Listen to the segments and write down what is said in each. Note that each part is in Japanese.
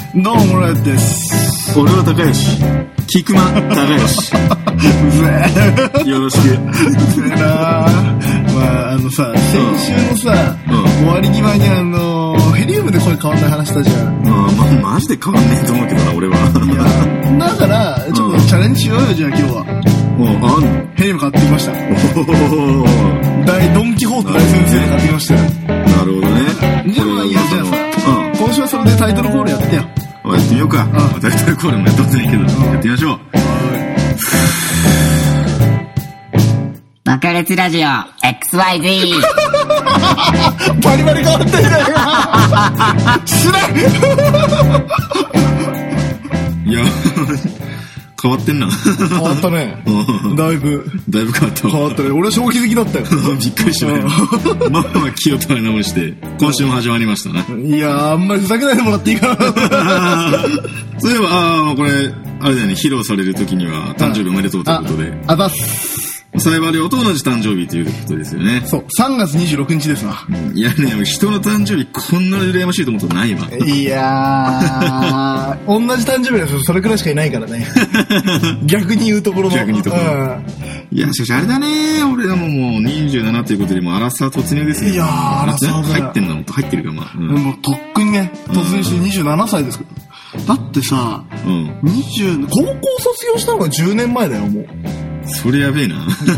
どうも村井です。 俺は高吉、菊間高吉。 うぜよろしく。 うぜな。まあさ、先週のさ、終わり際にヘリウムで声変わんない話したじゃん。 マジで変わんねえと思うけどな、俺は。 いや、だからちょっとチャレンジしようよ、じゃあ今日は。ヘリウム買ってきました。ドンキホーテ大先生で買ってきましたよ。 なるほどね。 じゃあいいや、じゃあさ、今週はそれでタイトルコールやってよ。 やってみようか。タイトルコールもやったことないけど、やってみましょう。 バカレツラジオ XYZ バリバリ変わってるね。しない。 いや変わってんな。 変わったね。だいぶ変わった変わったね。俺は衝撃的だったよ。 びっくりしたね。まあ気を取り直して今週も始まりましたな。 いやあんまりふざけないでもらっていいかな。 そういえばこれあれだよね、披露される時には誕生日おめでとうということで。 あざっす。 サイバーリオと同じ誕生日ということですよね。 そう、3月26日ですわ。 いやね、人の誕生日こんな羨ましいと思ったことないわ。 いやー、同じ誕生日ですよ。それくらいしかいないからね。逆に言うところの。 逆に言うところ。いや、しかしあれだね、俺らももう27ということで、もうアラサー突入ですよ。 いやー、アラサーだ。 入ってんのもっと入ってるか、まあ。 もうとっくにね、突入して27歳ですけど。だってさ、高校卒業したのが10年前だよ、もう。 それやべえな。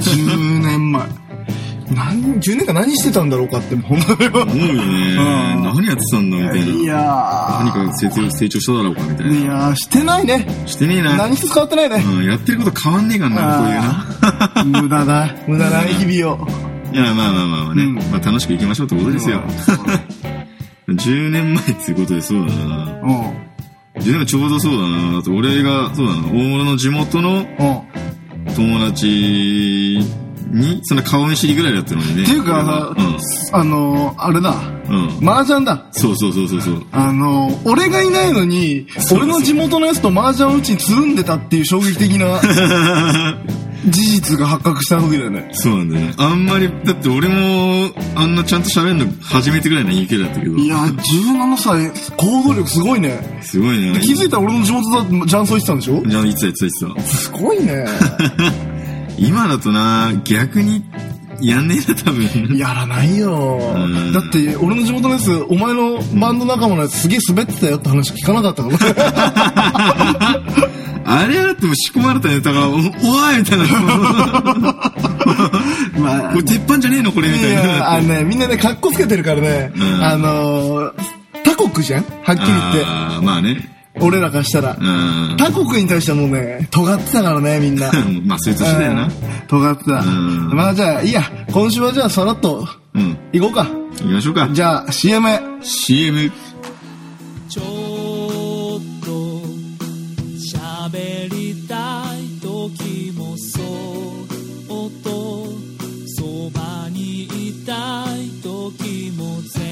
10年前。10年間何してたんだろうかって、本当に思うよね。何やってたんだみたいな。 いやー。 何か成長しただろうかみたいな。 いやー、してないね。 してねえな。 何一つ変わってないね。 やってること変わんねえかんな、こういうな。 無駄な日々を。 いや、まあね。まあ楽しく行きましょうってことですよ。10年前っていうことでそうだな。10年前ちょうどそうだな。だって俺が、そうだな、大物の地元の、友達にそんな顔見知りぐらいだったのにね。 っていうかあれだ、麻雀だ。 そう俺がいないのに俺の地元のやつと麻雀をうちにつるんでたっていう衝撃的な事実が発覚した時だよね。 そうなんだよね。あんまりだって俺もあんなちゃんと喋るの初めてぐらいの言い気だったけど。いや17歳行動力すごいね。 すごいね。 気づいたら俺の地元だって雀荘行ってたんでしょ。 じゃあいつだすごいね。 今だとな、逆にやんねえな、多分。 やらないよ。だって俺の地元のやつ、お前のバンド仲間のやつすげえ滑ってたよって話聞かなかったから。 あれだっても仕込まれたネタがおいみたいな。これ鉄板じゃねえのこれみたいな。 いやみんなねカッコつけてるからね。他国じゃん、はっきり言って。 まあね。 俺らからしたら他国に対してはもうね尖ってたからね、みんな。 まあそういう年だよな。 尖ってた。まあじゃあいいや、今週はじゃあさらっと行こうか。 行きましょうか。 じゃあ CM。 ちょっと喋りたい時もそっとそばにいたい時も全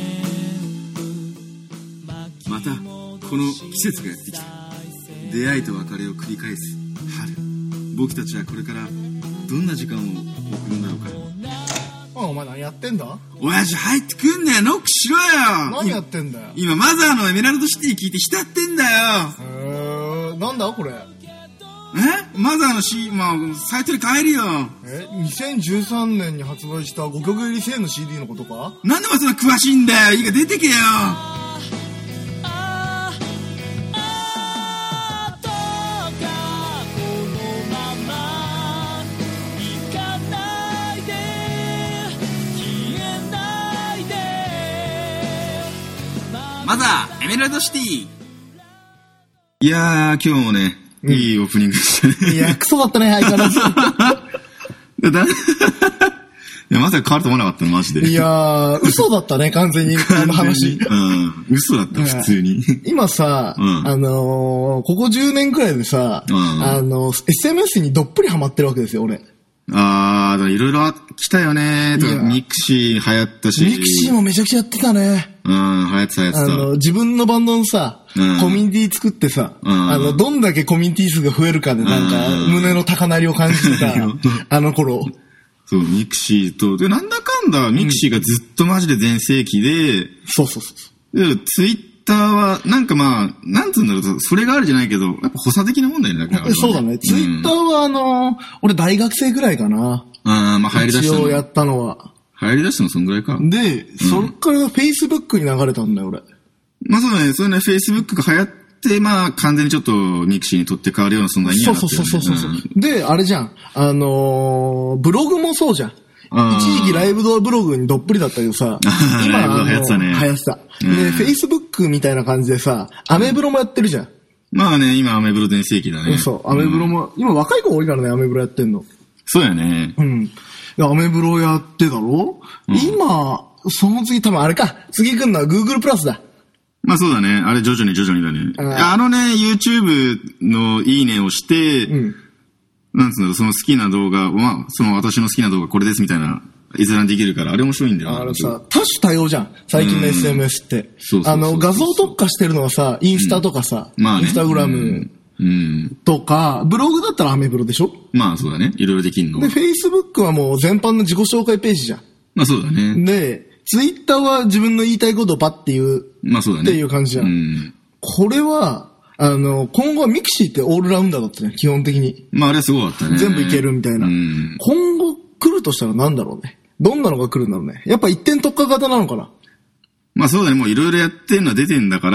部またこの季節がやってきた。出会いと別れを繰り返す春。僕たちはこれからどんな時間を送るんだろうか。 お前何やってんだ。 親父入ってくんなよ、ノックしろよ。 何やってんだよ。 今マザーのエメラルドシティ聞いて浸ってんだよ。 なんだこれ。 マザーのサイトで買えるよ。 2013年に発売した5曲入り1000の CD のことか。 なんでお前そんな詳しいんだよ。いいか出てけよ。マザーエメラルドシティ。いやー今日もね、いいオープニングでしたね。 いやクソだったね、相変わらず。 いやまさか変わると思わなかったのマジで。 いやー嘘だったね、完全にあの話。 嘘だった普通に。 今さ、ここ10年くらいでさ、SMS にどっぷりハマってるわけですよ、俺。 いろいろ来たよね。ミクシー流行ったし。 ミクシーもめちゃくちゃやってたね。 流行ってた。 自分のバンドのさ、コミュニティ作ってさ、どんだけコミュニティ数が増えるかでなんか、胸の高鳴りを感じてた、あの頃。 そう、ミクシーと、で、なんだかんだ、ミクシーがずっとマジで全盛期で、 そう。 で、ツイッターは、なんかまあ、なんつうんだろう、それがあるじゃないけど、やっぱ補佐的なもんだよね、だから、 そうだね。ツイッターは俺大学生ぐらいかな。 まあ入り出したの。 一応やったのは。 入り出したのそんぐらいか。 で、そっから Facebook に流れたんだよ、俺。 まあそうだね、そういうね、Facebook が流行って、まあ完全にちょっとミクシーにとって変わるような存在にはなってる、ね。 そう。で、あれじゃん。ブログもそうじゃん。一時期ライブドアブログにどっぷりだったけどさ、今流行ってたね。 流行ってた。で、Facebook みたいな感じでさ、アメブロもやってるじゃん。 まあね、今アメブロ全盛期だね。 そう、アメブロも、今若い子多いからね、アメブロやってんの。 そうやね。 うん。アメブロやってだろ、今、その次多分あれか、次来るのは Google プラスだ。 まあそうだね。あれ徐々にだね。YouTube のいいねをして、なんつうの、その好きな動画、まあ、その私の好きな動画これですみたいな閲覧できるから、あれ面白いんだよ。 さ、多種多様じゃん。最近の SNS って。 そう画像特化してるのはさ、インスタとかさ、インスタグラムとか、ブログだったらアメブロでしょ？ まあそうだね。いろいろできんの。 で、Facebook はもう全般の自己紹介ページじゃん。 まあそうだね。 で、Twitter は自分の言いたいことをパッて言う。 まあそうだね。 っていう感じじゃん。これは、今後はミクシーってオールラウンダーだったね、基本的に。 まああれすごかったね。 全部いけるみたいな。今後来るとしたらなんだろうね。どんなのが来るんだろうね。やっぱ一点特化型なのかな。 まあそうだね、もういろいろやってるのは出てんだから、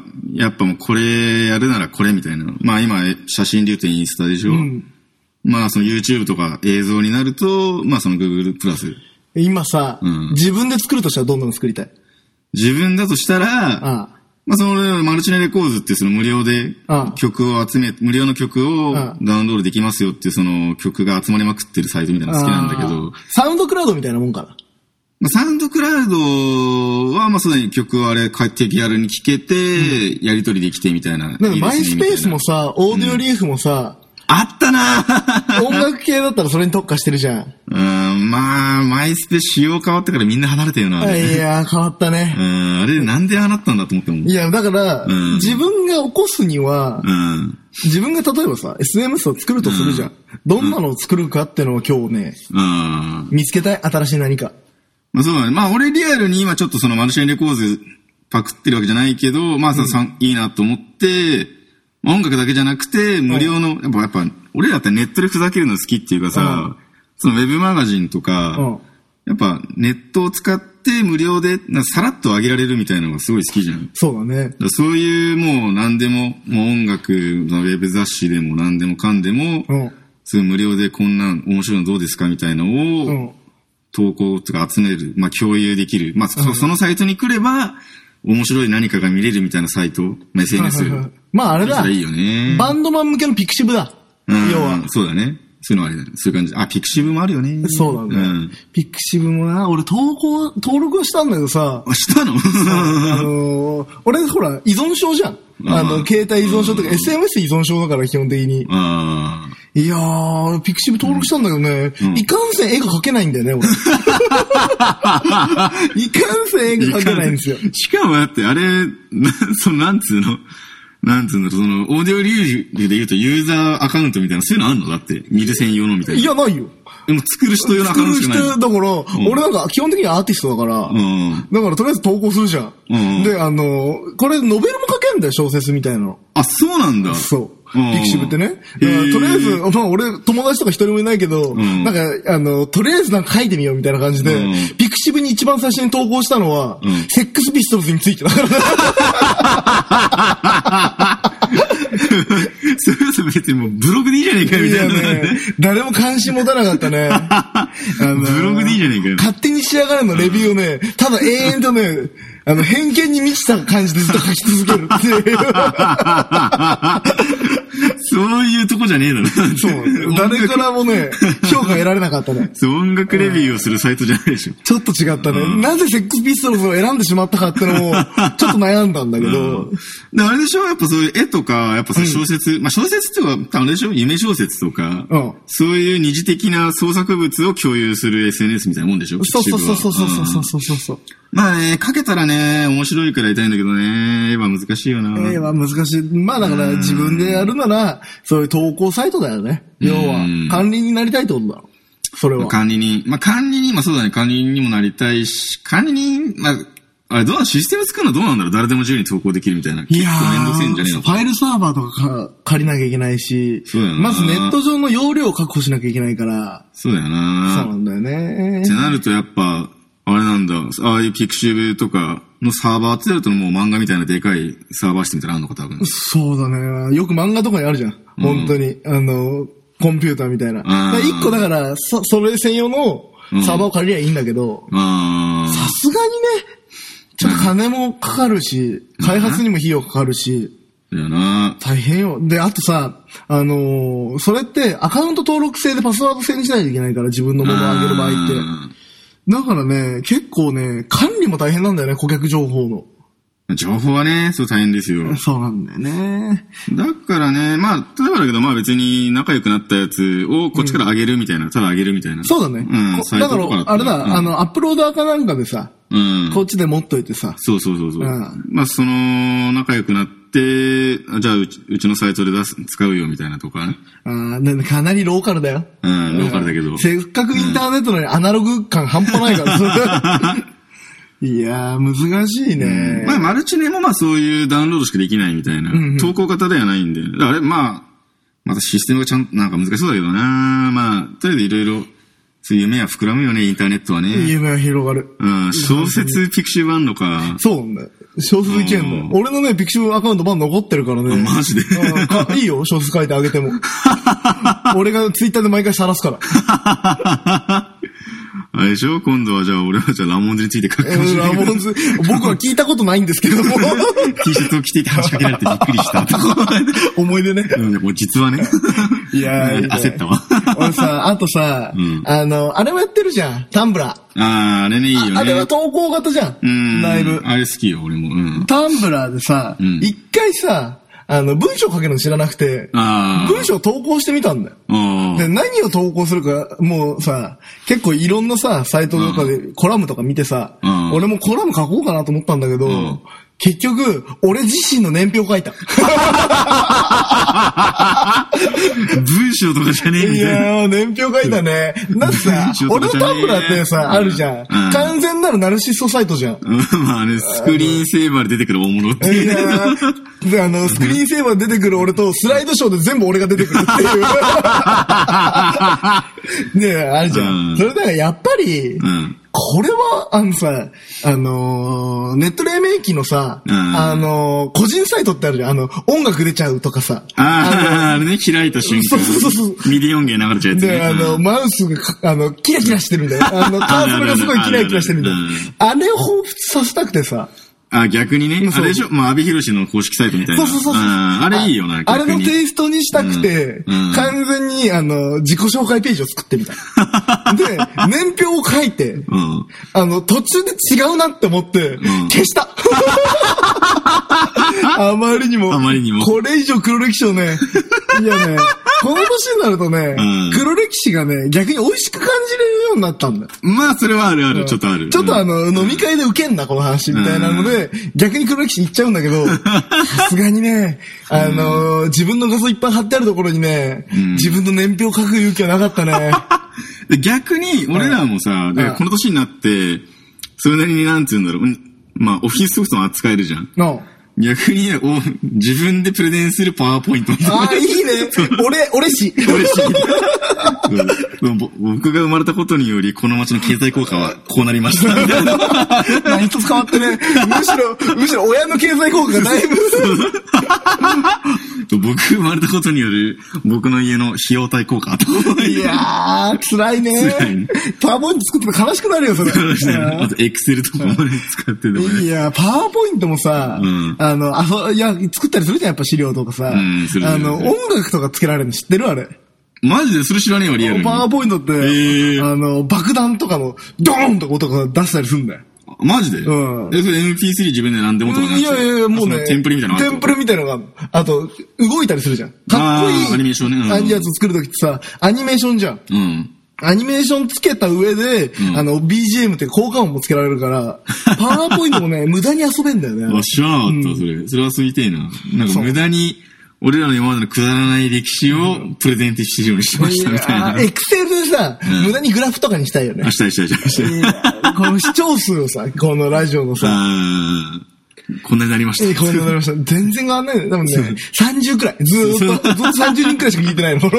やっぱもうこれやるならこれみたいな。まあ今写真で言うとインスタでしょ。まあその YouTube とか映像になると、まあその Google プラス。 今さ、自分で作るとしたらどんなの作りたい？ 自分だとしたら、まあ、その、マルチネレコーズってその無料で曲を無料の曲をダウンロードできますよっていうその曲が集まりまくってるサイトみたいなの好きなんだけど。 サウンドクラウドみたいなもんかな。 まあ、サウンドクラウドは、まあ、すでに曲をあれ、手軽に聴けて、やり取りできてみたいな。 マイスペースもさ、オーディオリーフもさ、 あったな音楽系だったらそれに特化してるじゃん。 まあ、マイスペ仕様変わってからみんな離れてるな。 いや、変わったね。 あれなんでああなったんだと思っても。 いや、だから、自分が起こすには、自分が例えばさ、SNS を作るとするじゃん。どんなのを作るかってのを今日ね、見つけたい、新しい何か。 まあそうだね。まあ俺リアルに今ちょっとそのマルシェンレコーズパクってるわけじゃないけど、まあいいなと思って、音楽だけじゃなくて、無料の、やっぱ、俺らってネットでふざけるの好きっていうかさ、そのウェブマガジンとか、やっぱネットを使って無料でさらっと上げられるみたいなのがすごい好きじゃん。 そうだね。 そういうもう何でも、もう音楽のウェブ雑誌でも何でもかんでも、そういう無料でこんなん面白いのどうですかみたいのを、投稿とか集める、まあ共有できる。まあそのサイトに来れば、面白い何かが見れるみたいなサイト、まあ、SNS。 まああれだ。 いいよね。 バンドマン向けのピクシブだ。要は。 そうだね。そういうのありだね。そういう感じ。あ、ピクシブもあるよね。 そうだね。ピクシブもな、俺登録はしたんだけどさ。 したの俺ほら、依存症じゃん。携帯依存症とか、SMS 依存症だから基本的に。いやー、ピクシブ登録したんだけどね、いかんせん絵が描けないんだよね、俺。いかんせん絵が描けないんですよ。 しかもだって、あれ、なんつうの、その、オーディオリールで言うとユーザーアカウントみたいな、そういうのあんのだって、見る専用のみたいな。 いや、ないよ。 でも作る人用のアカウントしかない。 作る人だから、俺なんか基本的にアーティストだから、だからとりあえず投稿するじゃん。で、これノベルも書けんだよ、小説みたいなの。 あ、そうなんだ。 そう。ピクシブってね。とりあえず、まあ俺、友達とか一人もいないけど、なんか、とりあえずなんか書いてみようみたいな感じで、ピクシブに一番最初に投稿したのは、セックスピストルズについてだから。 それは別にもうブログでいいじゃねえかみたいな。 いやね、誰も関心持たなかったね。 ブログでいいじゃねえかよ。 勝手に仕上がるのレビューをね、ただ永遠とね、偏見に満ちた感じでずっと書き続けるっていう。 そういうとこじゃねえだろ。 そう。誰からもね、評価得られなかったね。 音楽レビューをするサイトじゃないでしょ。 ちょっと違ったね。なぜセックスピストルズを選んでしまったかってのも、ちょっと悩んだんだけど。 あれでしょやっぱそういう絵とか、やっぱ小説、まあ小説っていうか、あれでしょ夢小説とか、そういう二次的な創作物を共有する SNS みたいなもんでしょそう。 まあね、書けたらね、面白いからやりたいんだけどね、絵は難しいよな。 絵は難しい。まあだから自分でやるなら、そういう投稿サイトだよね。要は、管理になりたいってことだろ。それは。 管理人。まあそうだね、管理人にもなりたいし、管理人、まあ、 あれ、システム作るのどうなんだろう？誰でも自由に投稿できるみたいな。結構めんどくせえんじゃねえの？ ファイルサーバーとか借りなきゃいけないし、 そうだよな。 まずネット上の容量を確保しなきゃいけないから。 そうだよな。 そうなんだよね。 ってなるとやっぱ、あれなんだ、ああいうピクシブとかのサーバーってやるともう漫画みたいなでかいサーバーしてみたらあるのか多分。 そうだね。よく漫画とかにあるじゃん。本当に。コンピューターみたいな。一個だから、それ専用のサーバーを借りりゃいいんだけど、さすがにね、ちょっと金もかかるし、開発にも費用かかるし、 だよな。 大変よ。で、あとさ、それってアカウント登録制でパスワード制にしないといけないから、自分のものを上げる場合って。だからね、結構ね、管理も大変なんだよね、顧客情報の。 情報はね、そう大変ですよ。 そうなんだよね。 だからね、まあ、例えばだけど、まあ別に仲良くなったやつをこっちから上げるみたいな、ただ上げるみたいな。 そうだね。だから、あれだ、アップローダーかなんかでさ、こっちで持っといてさ。 そう。まあ、仲良くなって、じゃあうちのサイトで使うよみたいなとかね。 かなりローカルだよ。 ローカルだけど。 せっかくインターネットのアナログ感半端ないから、いやー、難しいね。 まあ、マルチネもまあそういうダウンロードしかできないみたいな。投稿型ではないんで。あれ、またシステムがちゃんとなんか難しそうだけどな。まあ、とりあえずいろいろ、そういう夢は膨らむよね、インターネットはね。 夢は広がる。 小説ピクシブあんのか。 そうなんだよ。小説いけんの。俺のね、ピクシブアカウントまだ残ってるからね。 マジでいいよ、小説書いてあげても。俺がツイッターで毎回晒すから。 あれでしょ？今度はじゃあ俺はじゃあラモンズについて書くかもしれない。 ラモンズ、僕は聞いたことないんですけども。 T シャツを着ていて話しかけられてびっくりした。 思い出ね。 もう実はね。 いやー。 焦ったわ。 俺さ、あとさ、あれもやってるじゃん。タンブラー。 あれね、いいよね。 あれは投稿型じゃん。だいぶ。 あれ好きよ、俺も。 タンブラーでさ、一回さ、文章書けるの知らなくて、文章投稿してみたんだよ。で、何を投稿するか、もうさ、結構いろんなさ、サイトとかでコラムとか見てさ、俺もコラム書こうかなと思ったんだけど、結局、俺自身の年表書いた。 文章とかじゃねえみたいな。 いやー、年表書いたね。だってさ、俺のタンブラーってさ、あるじゃん。完全なるナルシストサイトじゃん。 まあね、スクリーンセーバーで出てくる大物っていう。 いやー、スクリーンセーバーで出てくる俺と、スライドショーで全部俺が出てくるっていう。ねえ、あるじゃん。それだからやっぱり、これは、ネット黎明期のさ、個人サイトってあるじゃん。音楽出ちゃうとかさ。 あれね、開いた瞬間。 そう。 ミディ音源流れちゃうやつね。で、マウスが、キラキラしてるんだよ。カーソルがすごいキラキラしてるんだよ。あれを彷彿させたくてさ。 逆にね。あれでしょ？まあ、阿部寛の公式サイトみたいな。 そう。 あれいいよな、 あれのテイストにしたくて、完全に、自己紹介ページを作ってみた。で、年表を書いて、途中で違うなって思って、消した。あまりにも。これ以上黒歴史をね、いやね、この年になるとね、黒歴史がね、逆に美味しく感じれるようになったんだよ。 まあ、それはある、ちょっとある。 ちょっと飲み会でウケんな、この話、みたいなので、逆に黒歴史言っちゃうんだけど、さすがにね、自分の画像いっぱい貼ってあるところにね、自分の年表書く勇気はなかったね。 逆に、俺らもさ、この年になって、それなりになんて言うんだろう、まあ、オフィスソフトも扱えるじゃん。逆に、自分でプレゼンするパワーポイントみたいな。 いいね。俺し。 僕が生まれたことにより、この街の経済効果はこうなりました。 何一つ変わってね。むしろ親の経済効果がだいぶ。 僕が生まれたことによる、僕の家の費用対効果と。 いやー、辛いね。パワーポイント作っても悲しくなるよ、それ。 あと、エクセルとかもね、使っててもね。 いや、パワーポイントもさ、作ったりするじゃん、やっぱ資料とかさ。音楽とかつけられるの知ってるあれ。 マジでそれ知らねえわ、リアルに。 パワーポイントって、爆弾とかのドーンとか音が出したりするんだよ。 マジで？それ MP3 自分で何でもとかなんいや、もうね。 テンプレみたいなのテンプレみたいなのが、あと、動いたりするじゃん。かっこいい。 アニメーションね。 やつ作るときってさ、アニメーションじゃん。アニメーションつけた上で、BGM って効果音もつけられるから、パワーポイントもね、無駄に遊べんだよね。 知らなかった、それ。それは遊びてえな。なんか無駄に俺らの今までのくだらない歴史をプレゼンテ資料にしましたみたいな。 エクセルでさ、無駄にグラフとかにしたいよね。 したい。 この視聴数をさ、このラジオのさ、 こんなになりました。 こんなになりました。全然変わんないね。多分ね、30くらい。ずっと30人くらいしか聞いてないの。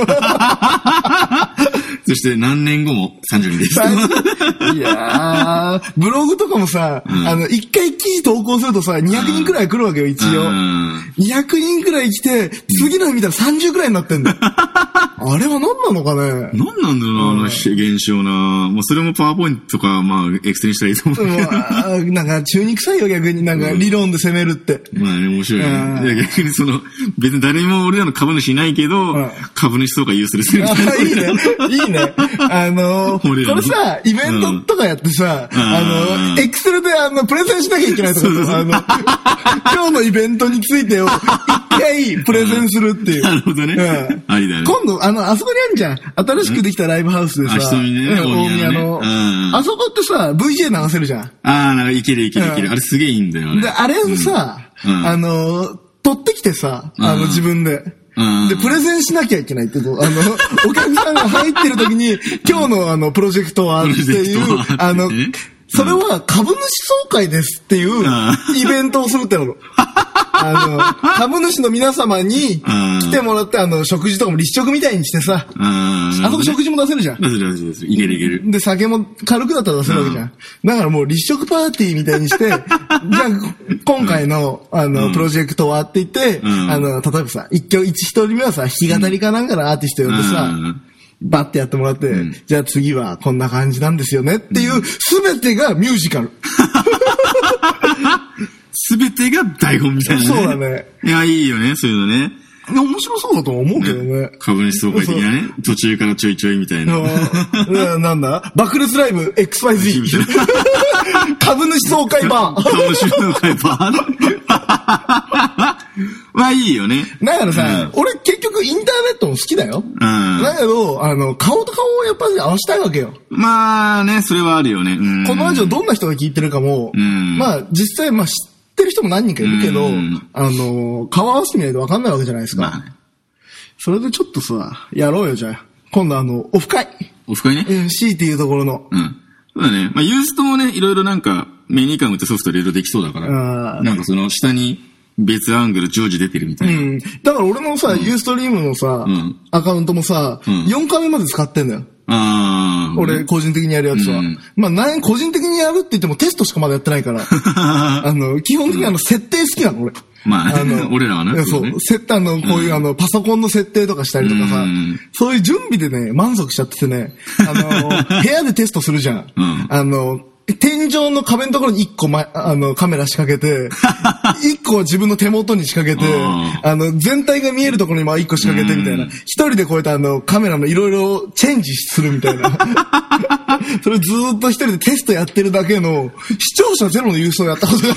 そして何年後も30人です。 いやー、ブログとかもさ、一回記事投稿するとさ、200人くらい来るわけよ、一応。200人くらい来て、次の日見たら30くらいになってんだよ。あれは何なのかね。 何なんだろうな、現象な。もうそれもパワーポイントとか、まあ、エクセルにしたらいいと思うけど。 なんか、中に臭いよ、逆に。なんか、理論で攻めるって。 まあね、面白いね。いや、逆に別に誰も俺らの株主いないけど、株主総会有するするみたいな。 いいね。いいね。これさ、イベントとかやってさ、エクセルでプレゼンしなきゃいけないとか今日のイベントについてを一回プレゼンするっていう。 なるほどね。ありだね。 今度、あそこにあるじゃん。新しくできたライブハウスでさ、大宮の。あそこってさ、VJ 流せるじゃん。 なんかいける。あれすげえいいんだよね。 で、あれをさ、撮ってきてさ、自分で。で、プレゼンしなきゃいけないってこと。お客さんが入ってる時に、今日のプロジェクトはっていう、それは株主総会ですっていうイベントをするっての。株主の皆様に来てもらって、食事とかも立食みたいにしてさ、あそこ食事も出せるじゃん。 出せる。いける。 で、酒も軽くだったら出せるわけじゃん。だからもう立食パーティーみたいにして、じゃあ、今回の、プロジェクトはって言って、例えばさ、一人目はさ、弾き語りかなんかのアーティスト呼んでさ、バッてやってもらって、じゃあ次はこんな感じなんですよねっていう、すべてがミュージカル。 すべてが台本みたいなね。 そうだね。 いや、いいよね、そういうのね。 面白そうだと思うけどね。 株主総会的なね。途中からちょいちょいみたいな。 なんだ爆裂ライブ XYZ。株主総会バー。 株主総会バーはいいよね。 だからさ、俺結局インターネットも好きだよ。だけど、顔と顔をやっぱり合わせたいわけよ。 まあね、それはあるよね。 このラジオどんな人が聞いてるかも、まあ実際、知ってる人も何人かいるけど、顔合わせてみないと分かんないわけじゃないですか。まあね、それでちょっとさ、やろうよ、じゃあ。今度オフ会。 オフ会ね。 C っていうところの。 そうだね。まあユーストもね、いろいろなんか、メニュー感打ってソフトいろいろできそうだから。なんかその下に、別アングル常時出てるみたいな。 だから俺のさ、ユーストリームのさ、アカウントもさ、4回目まで使ってんだよ。俺、個人的にやるやつは。まあ、個人的にやるって言ってもテストしかまだやってないから。基本的に設定好きなの、俺。 まあ、俺らはね。 そう。こういうパソコンの設定とかしたりとかさ、そういう準備でね、満足しちゃっててね、部屋でテストするじゃん。天井の壁のところに1個カメラ仕掛けて、1個は自分の手元に仕掛けて、全体が見えるところに1個仕掛けてみたいな。一人でこうやってカメラのいろいろチェンジするみたいな。それずーっと一人でテストやってるだけの、視聴者ゼロの郵送やったことが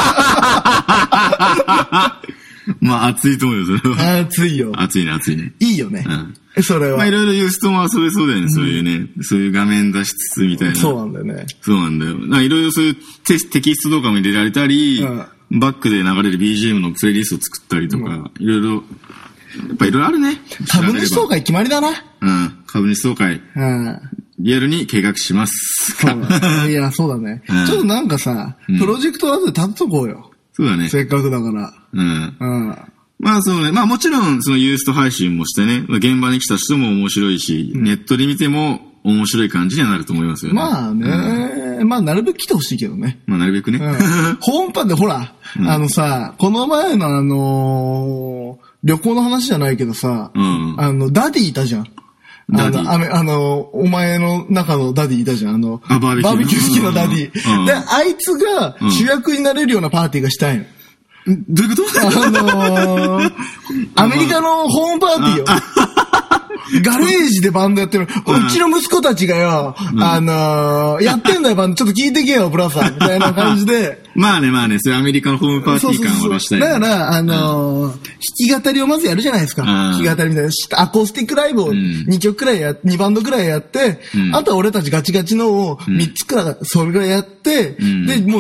あって。 まあ、熱いと思うよ、それは。 熱いよ。 熱いね。 いいよね。それは。 まあ、いろいろユーストも遊べそうだよね、そういうね。そういう画面出しつつみたいな。 そうなんだよね。 そうなんだよ。いろいろそういうテキスト動画も入れられたり、バックで流れる BGM のプレイリストを作ったりとか、いろいろ、やっぱいろいろあるね。 株主総会決まりだな。 株主総会。リアルに計画します。 そうだ。いや、そうだね。ちょっとなんかさ、プロジェクト後で立てとこうよ。 そうだね。 せっかくだから。 まあそうね。まあもちろんそのユースト配信もしてね、現場に来た人も面白いし、ネットで見ても面白い感じにはなると思いますよね。 まあね。まあなるべく来てほしいけどね。 まあなるべくね。 ホームパンでほら、この前の旅行の話じゃないけどさ、ダディいたじゃん。お前の中のダディいたじゃん。バーベキュー好きなダディ。で、あいつが主役になれるようなパーティーがしたいの。 どういうことアメリカのホームパーティーよ。ガレージでバンドやってる。うちの息子たちがよ、やってんだよバンド。ちょっと聞いてけよ、ブラザー。みたいな感じで。 まあね。それアメリカのホームパーティー感を出したい。 だから、弾き語りをまずやるじゃないですか。弾き語りみたいな。アコースティックライブを2曲くらい2バンドくらいやって、あとは俺たちガチガチのを3つくらい、それぐらいやって、で、もう、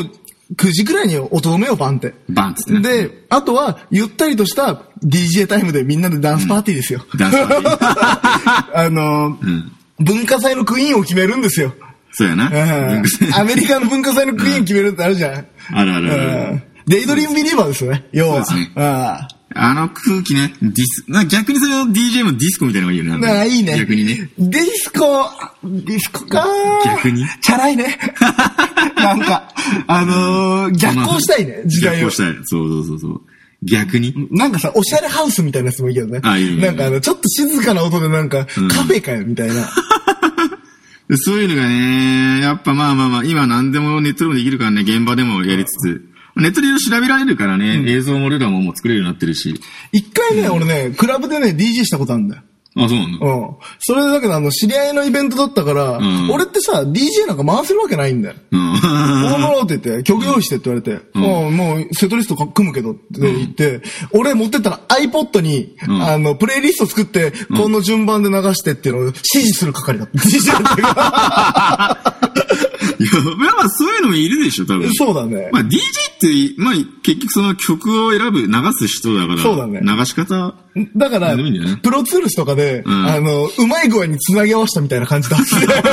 9時くらいに音止めよ、バンって。 バンってね。 で、あとは、ゆったりとした DJ タイムでみんなでダンスパーティーですよ。 ダンスパーティー。 文化祭のクイーンを決めるんですよ。 そうやな。 アメリカの文化祭のクイーン決めるってあるじゃん。 あるある。 デイドリームビリーバーですよね、要は。 そうですね。あの空気ね、逆にそれを DJ もディスコみたいなのがいいよね。 いいね。 逆にね。 ディスコか逆にチャラいね。なんか、逆行したいね、時代を。 逆行したい。そう。逆になんかさ、おしゃれハウスみたいなやつもいいけどね。 いいなんかちょっと静かな音でなんか、カフェかよ、みたいな。 そういうのがね、やっぱまあ、今何でもネットでもできるからね、現場でもやりつつ。ネットで調べられるからね、映像も俺らも作れるようになってるし。 一回ね、俺ね、クラブでね、DJ したことあるんだよ。 あ、そうなんだ。 それだけど知り合いのイベントだったから、俺ってさ、DJ なんか回せるわけないんだよ。大物って言って、曲用意してって言われて、もう、セットリスト組むけどって言って、俺持ってったら iPod に、プレイリスト作って、この順番で流してっていうのを指示する係だった。DJ っていや、まあそういうのもいるでしょ、多分。 そうだね。 まあ DJ って、まあ結局その曲を選ぶ、流す人だから。 そうだね。 流し方。 だから、プロツールスとかで、うまい具合に繋ぎ合わせたみたいな感じだって。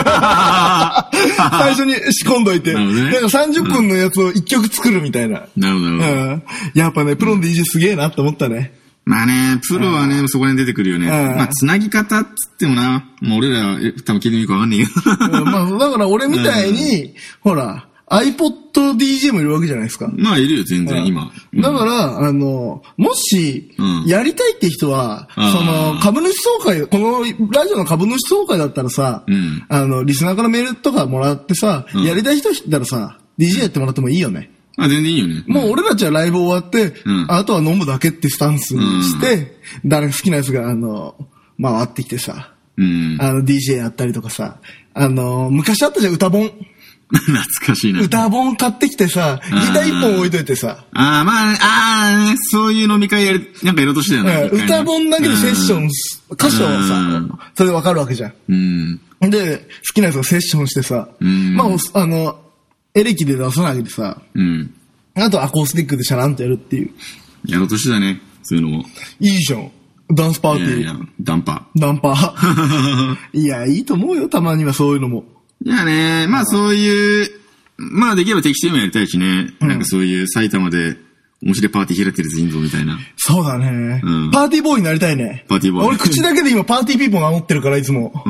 最初に仕込んどいて。なんか30分のやつを1曲作るみたいな。 なるほど。 やっぱね、プロの DJ すげえなって思ったね。 まあね、プロはね、そこに出てくるよね。まあ、繋ぎ方っつってもな、もう俺ら多分聞いてみるかわかんないけど。 まあ、だから俺みたいに、ほら、iPod DJ もいるわけじゃないですか。 まあ、いるよ、全然、今。 だから、もし、やりたいって人は、株主総会、このラジオの株主総会だったらさ、リスナーからメールとかもらってさ、やりたい人いたらさ、DJ やってもらってもいいよね。 全然いいよね。 もう俺たちはライブ終わって、あとは飲むだけってスタンスにして、誰か好きなやつが、回ってきてさ、DJ やったりとかさ、昔あったじゃん、歌本。 懐かしいな。 歌本買ってきてさ、ギター一本置いといてさ。 そういう飲み会なんかやろうとしてたよね。 歌本だけでセッション、歌詞をさ、それでわかるわけじゃん。で、好きなやつがセッションしてさ、まあ、エレキで出さないでさ、あとアコースティックでシャランとやるっていう。 やろうとしてたね、そういうのも。 いいじゃん。ダンスパーティー。 いや、ダンパー。いや、いいと思うよ、たまにはそういうのも。 いやね、まあそういう、まあできれば適正もやりたいしね、なんかそういう埼玉で面白いパーティー開いてる人みたいな。 そうだね。パーティーボーイになりたいね。 パーティーボーイ。 俺口だけで今パーティーピーポー名乗ってるから、いつも。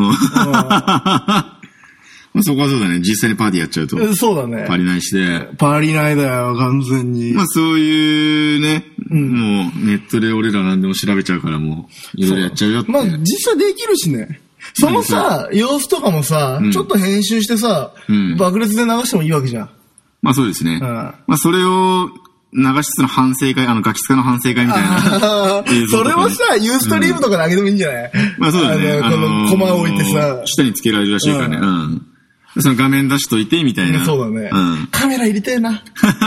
まあそこはそうだね。実際にパーティーやっちゃうと。 そうだね。 パリナイして。 パリナイだよ、完全に。 まあそういうね、もうネットで俺ら何でも調べちゃうからもう、いろいろやっちゃうよって。 まあ実際できるしね。そのさ、様子とかもさ、ちょっと編集してさ、爆裂で流してもいいわけじゃん。 まあそうですね。まあそれを、流しつつの反省会、ガキ使の反省会みたいな。 それをさ、ユーストリームとかで上げてもいいんじゃない？ まあそうだね。 このコマを置いてさ。 下につけられるらしいからね。その画面出しといて、みたいな。 そうだね。カメラ入れてえな。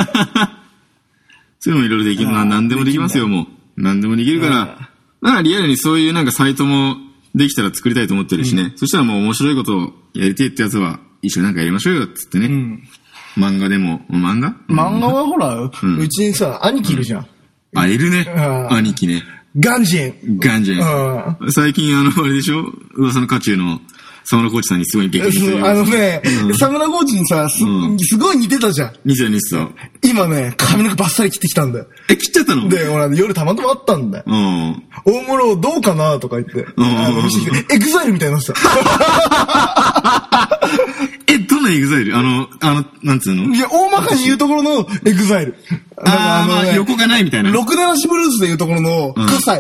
そういうのもいろいろできる。何でもできますよ、もう。何でもできるから。だからリアルにそういうなんかサイトもできたら作りたいと思ってるしね。そしたらもう面白いことをやりてえってやつは一緒になんかやりましょうよ、つってね。漫画でも、漫画はほら、うちにさ、兄貴いるじゃん。 いるね。兄貴ね。 ガンジン。 最近あれでしょ？噂の渦中の沢村コーチさんにすごい激似してる。 沢村コーチにさ、すごい似てたじゃん。 似てた。 今ね、髪の毛バッサリ切ってきたんだよ。 切っちゃったの？ で、俺夜たまたまあったんだよ。大室どうかなとか言って。エグザイルみたいになってた。 どんなエグザイル？なんつうの？ いや、大まかに言うところのエグザイル。 横がないみたいな。 6七シブルースで言うところの、火災。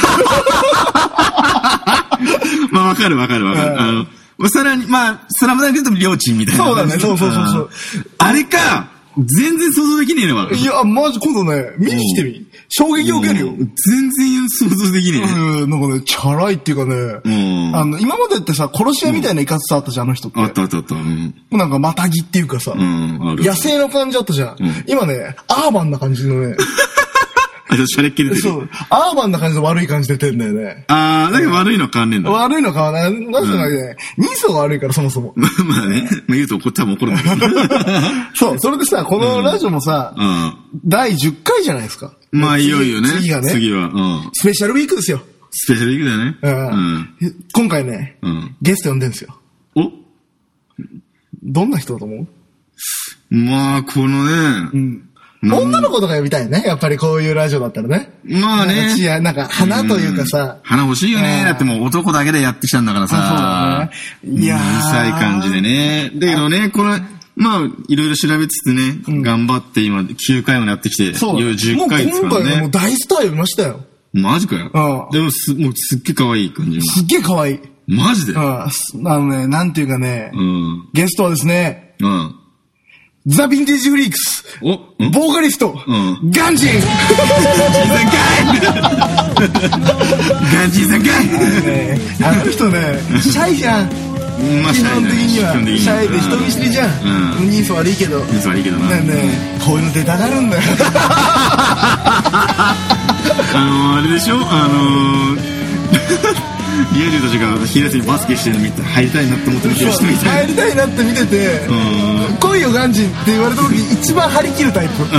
まあ、わかる。さらに、まあ、スラムダンクで言うと、りょうちんみたいな。 そうだね、そう。 あれか全然想像できねえのわ。 いや、マジ今度ね、見に来てみ。衝撃を受けるよ。 全然想像できねえ。 なんかね、チャラいっていうかね、今までってさ、殺し屋みたいなイカツさあったじゃん、あの人って。 あった。 なんか、またぎっていうかさ、野生の感じあったじゃん。今ね、アーバンな感じのね、 あ、ちょっとシャレっ気出てる。 そう。アーバンな感じの悪い感じ出てんだよね。 だけど悪いのは変わんねえんだ。 悪いの変わらない。なぜかね、人相が悪いから、そもそも。 まあね。まあ言うと多分怒るんだけど。 そう。それでさ、このラジオもさ、第10回じゃないですか。 まあいよいよね。 次がね。 次は。 スペシャルウィークですよ。 スペシャルウィークだよね。 今回ね、ゲスト呼んでんですよ。 お？ どんな人だと思う？ まあ、このね、 女の子とか呼びたいね。やっぱりこういうラジオだったらね。 まあね。 なんか花というかさ。 花欲しいよね。だってもう男だけでやってきたんだからさ。 そうだね。いやー。 うるさい感じでね。だけどね、これ、まあ、いろいろ調べつつね、頑張って今9回もやってきて、 そう。 10回ですからね。 今回もう大スター呼びましたよ。 マジかよ。でももうすっげえ可愛い感じ。 すっげえ可愛い。 マジで？ なんていうかね、ゲストはですね、ザ・ヴィンテージ・フリークス、ボーカリスト、ガンジンガンジンさんかいあの人ね、シャイじゃん。基本的にはシャイで人見知りじゃん。人相悪いけど。 人相悪いけどな。 こういうの出たがるんだよ。 あれでしょリア充たちが昼休みバスケしてるの見て入りたいなって思って見てる人みたいな。 入りたいなって見てて、来いよガンジンって言われた時一番張り切るタイプ。 おず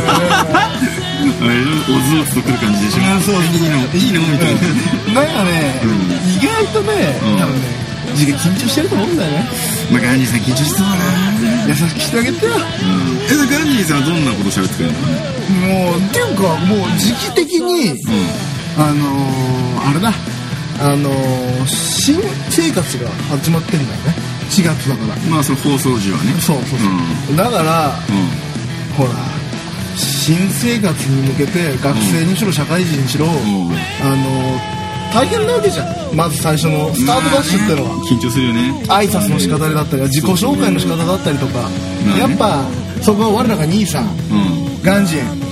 おずとくる感じでしょ。 そう、 いいのみたいな。なんかね、意外とね、多分ね、自分緊張してると思うんだよね。 まあガンジンさん緊張しそうだな。 優しくしてあげてよ。 ガンジンさんはどんなこと喋ってくれるの？ もう、っていうか、もう時期的に、あれだ。新生活が始まってんだよね。4月だから。 まあ、その放送時はね。 そう。だから、ほら、新生活に向けて、学生にしろ、社会人にしろ、大変なわけじゃん。まず最初のスタートダッシュってのは。 緊張するよね。 挨拶の仕方だったり、自己紹介の仕方だったりとか。やっぱ、そこは我らが兄さん、ガンジン。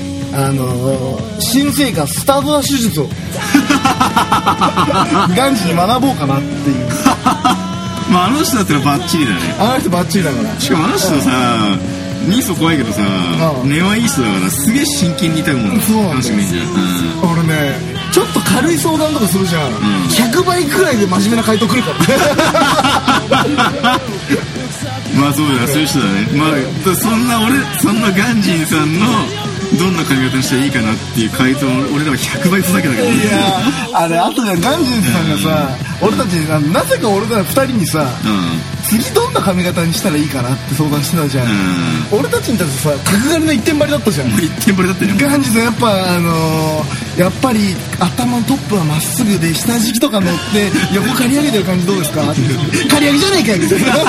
新生活スタートダッシュ術をガンジに学ぼうかなっていう。 まああの人だったらバッチリだね。 あの人バッチリだから。 しかもあの人さ、人相怖いけどさ、根はいい人だからすげえ真剣にいたいもん。 そうなんだよ。俺ね、ちょっと軽い相談とかするじゃん。100倍くらいで真面目な回答くるから。 まあそうだ、そういう人だね。まあそんなガンジンさんのどんな髪型にしたらいいかなっていう回答を俺らは100倍ふざけたけどね。 いやあとね、ガンジンさんがさ、俺たちなぜか俺ら2人にさ、次どんな髪型にしたらいいかなって相談してたじゃん。俺たちにとってさ、角刈りの一点張りだったじゃん。 一点張りだったよ。 ガンジンさんやっぱり頭のトップはまっすぐで下敷きとか乗って横刈り上げてる感じどうですか？刈り上げじゃねえかよみたいな。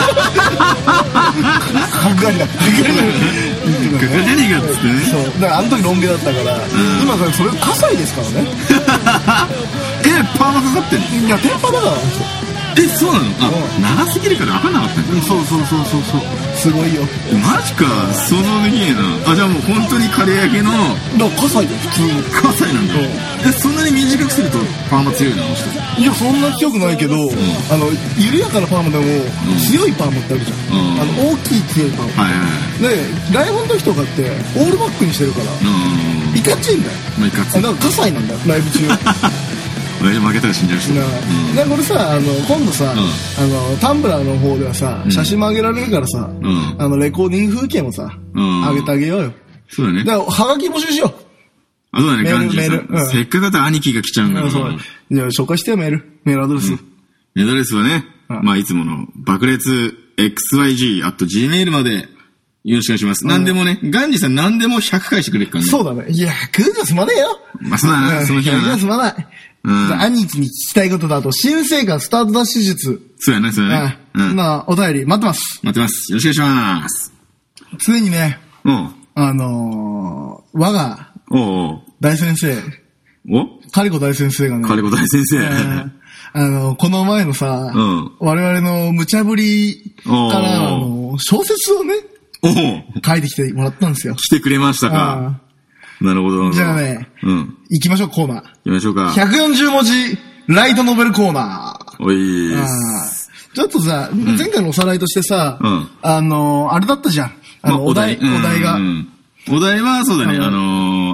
角刈りだ。角刈りじゃねえかっつってね。 そう。だからあの時ロン毛だったから、今からそれ葛西ですからね。 パーマかかってんの？ いや、テンパだから。 そうなの？長すぎるから分かんなかったんだ。 そう。すごいよ。 マジか、想像できねえな。じゃあもう本当に刈り上げの。 葛西だよ、普通に。 葛西なんだ。そんなに短くするとパーマ強いの？ いや、そんな強くないけど、緩やかなパーマでも、強いパーマってあるじゃん。大きい強いパーマ。で、ライブの時とかって、オールバックにしてるから、いかちいんだよ。 いかつい。 だから葛西なんだよ、ライブ中。 親父負けたら死んじゃう人。 で、これさ、今度さ、タンブラーの方ではさ、写真もあげられるからさ、レコーディング風景もさ、あげてあげようよ。 そうだね。 だから、はがき募集しよう。 そうだね、ガンジンさん。せっかくだったら兄貴が来ちゃうんだから。 じゃあ、紹介してよ、メールアドレス。 メールアドレスはね、まあ、いつもの、爆裂 xyg@gmail まで、よろしくお願いします。なんでもね、ガンジンさんなんでも100回してくれるからね。 そうだね。いや、100じゃ済まねえよ。 まあ、そうだな、その日はな。 100じゃ済まない。兄貴に聞きたいことだと、新生活スタートダッシュ術。 そうやね。 まあ、お便り待ってます。 待ってます。よろしくお願いします。 常にね、我が、大先生。カリコ大先生がね。 カリコ大先生。 この前のさ、我々の無茶ぶりから、小説をね、書いてきてもらったんですよ。 来てくれましたか。なるほど。 じゃあね、行きましょう、コーナー。 行きましょうか。 140文字、ライトノベルコーナー。 おいーちょっとさ、前回のおさらいとしてさ、あれだったじゃん。お題が。 お題は、そうだね、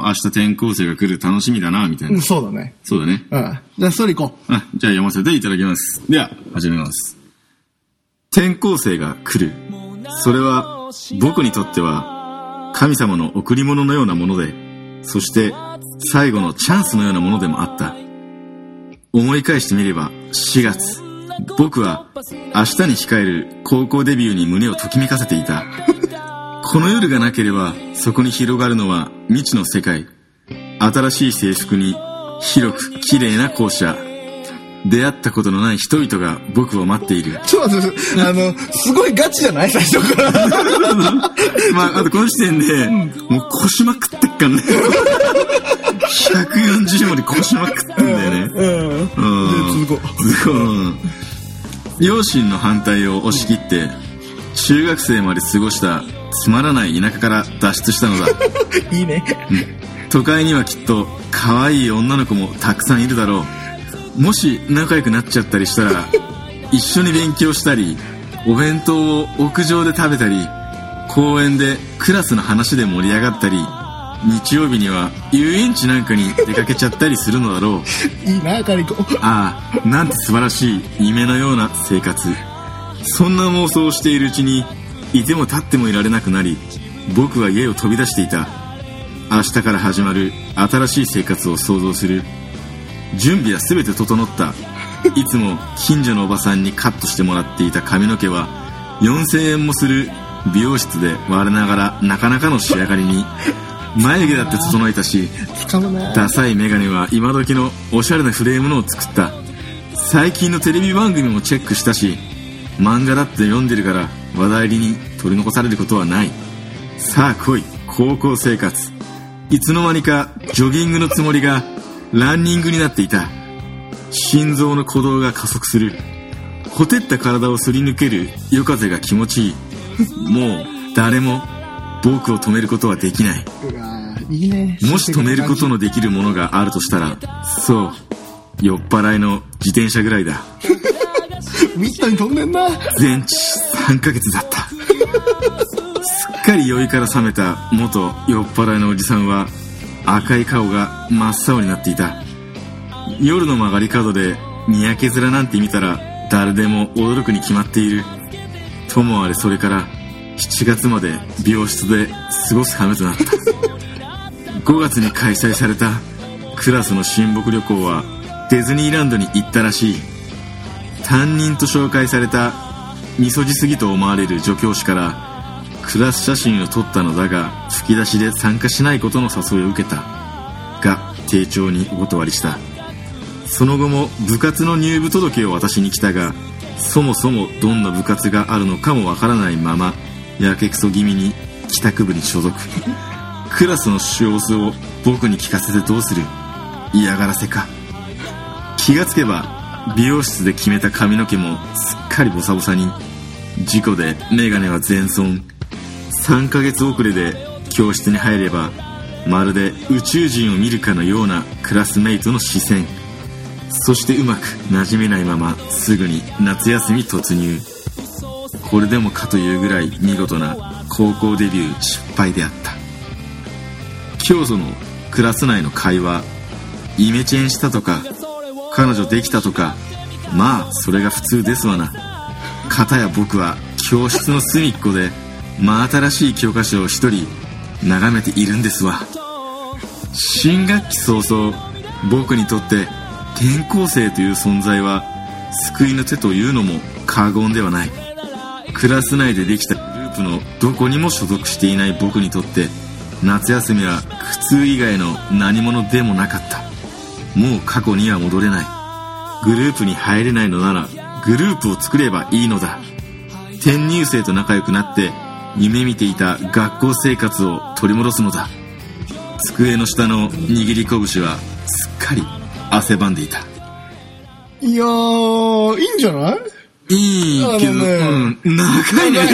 明日転校生が来る楽しみだな、みたいな。 そうだね。 そうだね。 うん。じゃあ、それ行こう。 じゃあ読ませていただきます。では、始めます。転校生が来る。それは、僕にとっては、神様の贈り物のようなもので、そして、最後のチャンスのようなものでもあった。思い返してみれば、4月。僕は、明日に控える高校デビューに胸をときめかせていた。この夜がなければ、そこに広がるのは未知の世界。新しい制服に、広く綺麗な校舎。出会ったことのない人々が僕を待っている。 ちょっと待って、すごいガチじゃない最初から。 まあ、あとこの時点で、もう腰まくってっかんね。140まで腰まくってんだよね。続こう。両親の反対を押し切って、中学生まで過ごしたつまらない田舎から脱出したのだ。 いいね。 都会にはきっと可愛い女の子もたくさんいるだろう。もし仲良くなっちゃったりしたら、一緒に勉強したり、お弁当を屋上で食べたり、公園でクラスの話で盛り上がったり、日曜日には遊園地なんかに出かけちゃったりするのだろう。いいな、カリコ。 ああ、なんて素晴らしい夢のような生活。そんな妄想をしているうちに、いても立ってもいられなくなり、僕は家を飛び出していた。明日から始まる新しい生活を想像する。準備は全て整った。いつも近所のおばさんにカットしてもらっていた髪の毛は4000円もする美容室で割れながらなかなかの仕上がりに。眉毛だって整えたし、ダサいメガネは今時のおしゃれなフレームのを作った。最近のテレビ番組もチェックしたし、漫画だって読んでるから話題に取り残されることはない。さあ来い、高校生活。いつの間にかジョギングのつもりがランニングになっていた。心臓の鼓動が加速する。ほてった体をすり抜ける夜風が気持ちいい。もう誰も僕を止めることはできない。 いいね。 もし止めることのできるものがあるとしたら、そう、酔っ払いの自転車ぐらいだ。 ウィットに飛んでんな。 全治3ヶ月だった。すっかり酔いから覚めた元酔っ払いのおじさんは、赤い顔が真っ青になっていた。夜の曲がり角でにやけ面なんて見たら誰でも驚くに決まっている。ともあれそれから7月まで美容室で過ごす羽目となった。5月に開催されたクラスの親睦旅行はディズニーランドに行ったらしい。担任と紹介されたみそじすぎと思われる助教師からクラス写真を撮ったのだが、吹き出しで参加しないことの誘いを受けたが、丁重にお断りした。その後も部活の入部届を渡しに来たが、そもそもどんな部活があるのかもわからないまま、やけくそ気味に帰宅部に所属。クラスの様子を僕に聞かせてどうする。嫌がらせか。気がつけば美容室で決めた髪の毛もすっかりボサボサに。事故でメガネは全損。3ヶ月遅れで教室に入れば、まるで宇宙人を見るかのようなクラスメイトの視線。そしてうまく馴染めないまますぐに夏休み突入。これでもかというぐらい見事な高校デビュー失敗であった。今日そのクラス内の会話、イメチェンしたとか彼女できたとか、まあそれが普通ですわな。片や僕は教室の隅っこで真新しい教科書を一人眺めているんですわ。新学期早々、僕にとって転校生という存在は救いの手というのも過言ではない。クラス内でできたグループのどこにも所属していない僕にとって、夏休みは苦痛以外の何者でもなかった。もう過去には戻れない。グループに入れないのならグループを作ればいいのだ。転入生と仲良くなって夢見ていた学校生活を取り戻すのだ。机の下の握り拳はすっかり汗ばんでいた。 いやー、いいんじゃない？ いいけど、長いね。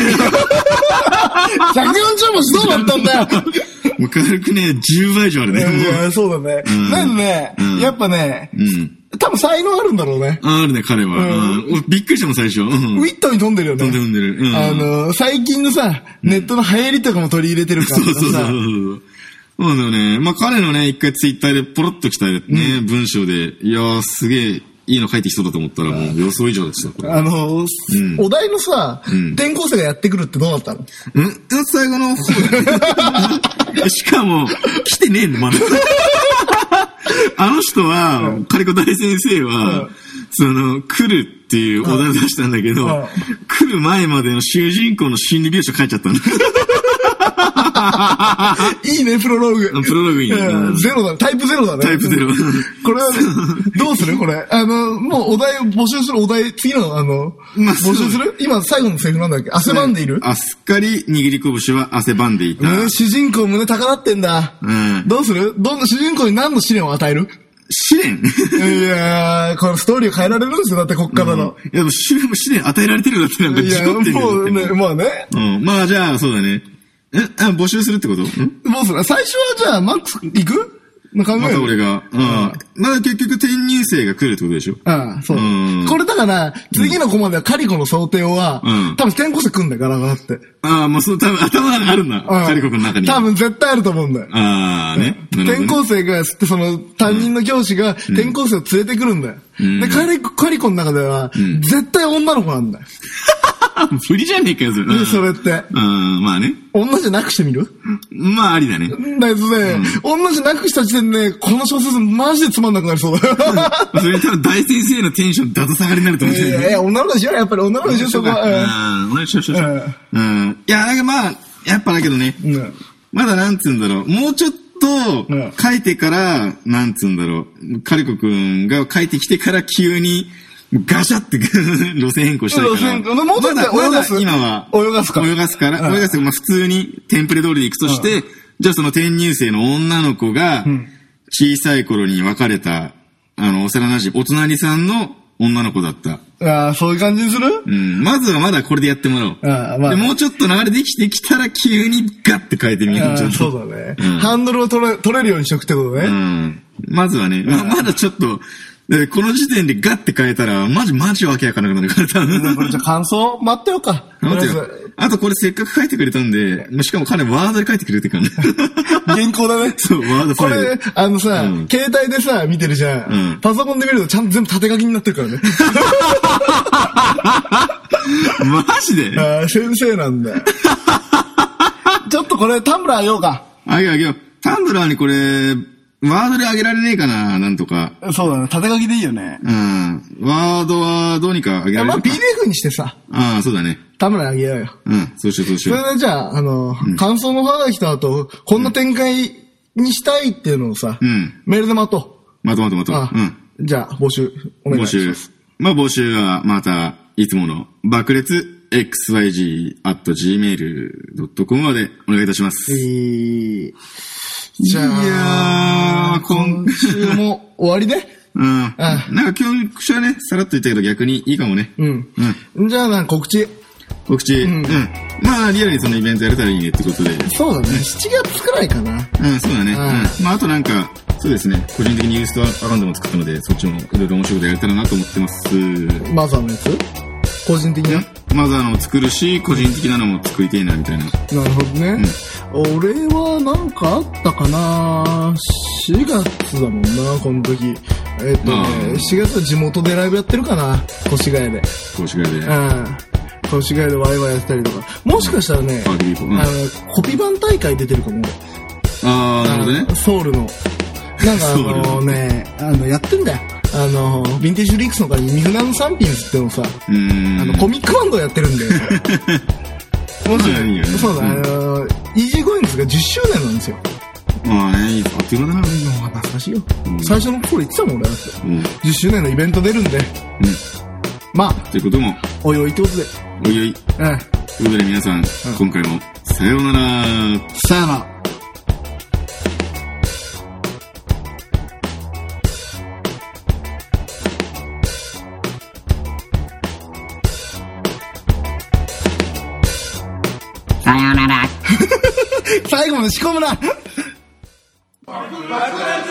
140文字どうなったんだよ。 もう軽くね、10倍以上あるね。 いや、そうだね。なんでね、やっぱね、多分才能あるんだろうね。 あるね、彼は。びっくりしたもん、最初。ウィットに飛んでるよね。 飛んでる。 最近のさ、ネットの流行りとかも取り入れてるからさ。 そう。 そうだよね。まあ、彼のね、一回ツイッターでポロッと来たね、文章で、いやー、すげえ、いいの書いてきそうだと思ったら、もう予想以上でした、これ。 お題のさ、転校生がやってくるってどうなったの？ 最後の方だしかも、来てねえの、まだ。あの人は、カリコ大先生は、来るっていうお題出したんだけど、来る前までの主人公の心理描写書いちゃったの。 いいね、プロローグ。 プロローグいいね。 ゼロだ、タイプゼロだね。 タイプゼロ。 これは、どうするこれ。もうお題を募集するお題、次の募集する今最後のセリフなんだっけ？汗ばんでいる？ すっかり握り拳は汗ばんでいた。 主人公胸高鳴ってんだ。どうする？主人公に何の試練を与える？ 試練いやー、このストーリーを変えられるんですよ、だってこっからの。 いや、でも試練与えられてるだってなんか事故ってるよ。 もうね、まあね。 まあじゃあ、そうだね。募集するってこと？どうする？最初はじゃあ、マックス行く？考える。 また俺が。まだ結局転入生が来るってことでしょ？ そう。これだから、次のコマではカリコの想定は、多分転校生来んだよ、ガラガラって。 もう多分頭があるんだ。カリコ君の中に。 多分絶対あると思うんだよ。 ね。 転校生が、担任の教師が転校生を連れてくるんだよ。で、カリコの中では、絶対女の子なんだよ。 不利じゃねえかよ、それ。 それって。 まあね。 女じゃなくしてみる？ まあありだね。 だけどね、女じゃなくした時点で、この小説マジでつまんなくなりそうだよ。 それ多分大先生のテンションだと下がりになると思うんだよね。 いや、女の子でしょやっぱり女の子でしょそこは。 同じしょ。いや、なんかまあ、やっぱだけどね。まだなんつうんだろう。もうちょっと、書いてから、なんつうんだろう。カリコくんが書いてきてから急に、ガシャって路線変更したいから。 もうちょっと泳がす。 今は。 泳がすから。 まあ普通にテンプレ通りで行くとして、じゃあその転入生の女の子が、小さい頃に別れた、幼馴染、お隣さんの女の子だった。 そういう感じにする？ まずはまだこれでやってもらおう。で、もうちょっと流れできてきたら急にガッて変えてみよう。 そうだね。ハンドルを取れるようにしとくってことね。 まずはね、まだちょっと、この時点でガッて変えたら、マジわけわかんなくなるから、多分。 これじゃあ感想待ってようか。 待ってよ。あとこれせっかく書いてくれたんで、しかも彼ワードで書いてくれてるからね。 原稿だね。 そう、ワードファイル。 これ、携帯でさ、見てるじゃん。パソコンで見るとちゃんと全部縦書きになってるからね。 マジで？ 先生なんだよ。ちょっとこれタンブラーあげようか。 あげよう。タンブラーにこれ、ワードで上げられねえかな、なんとか。 そうだね。縦書きでいいよね。 ワードはどうにか上げられるか。 PDF にしてさ。 そうだね。 タンブラーあげようよ。 そうしよう。 それでじゃあ、感想のハガキとあと、こんな展開にしたいっていうのをさ、メールで待とう。 待とう。 じゃあ、募集、お願いします。 募集はまた、いつもの爆裂xyg@gmail.com までお願いいたします。 じゃあ、今週も終わりでなんか今日はね、さらっと言ったけど逆にいいかもね。 じゃあ告知。 まあ、リアルにそのイベントやれたらいいねってことで。 そうだね。7月くらいかな。 そうだね。まあ、あとなんか、そうですね。個人的にユーストアカウントも作ったので、そっちもいろいろ面白いことやれたらなと思ってます。 マザーのやつ？個人的な？ マザーのも作るし、個人的なのも作りたいな、みたいな。 なるほどね。俺はなんかあったかな ?4 月だもんな、この時。4月は地元でライブやってるかな、越谷で。越谷でワイワイやったりとか。もしかしたらね、コピバン大会出てるかも。 なるほどね。 ソウルの。なんかやってんだよ。ヴィンテージリークスの会にミフナンサンピンズってのさ、コミックバンドやってるんだよ。そうだ、イージーゴインズが10周年なんですよ。 あっという間だな。 懐かしいよ。最初の頃言ってたもん、俺だって。10周年のイベント出るんで。まあ、 ということも、 おいおいってことで。 おいおい。ということで皆さん、今回も、さようなら。 さようなら。 さようなら。 最後まで仕込むな。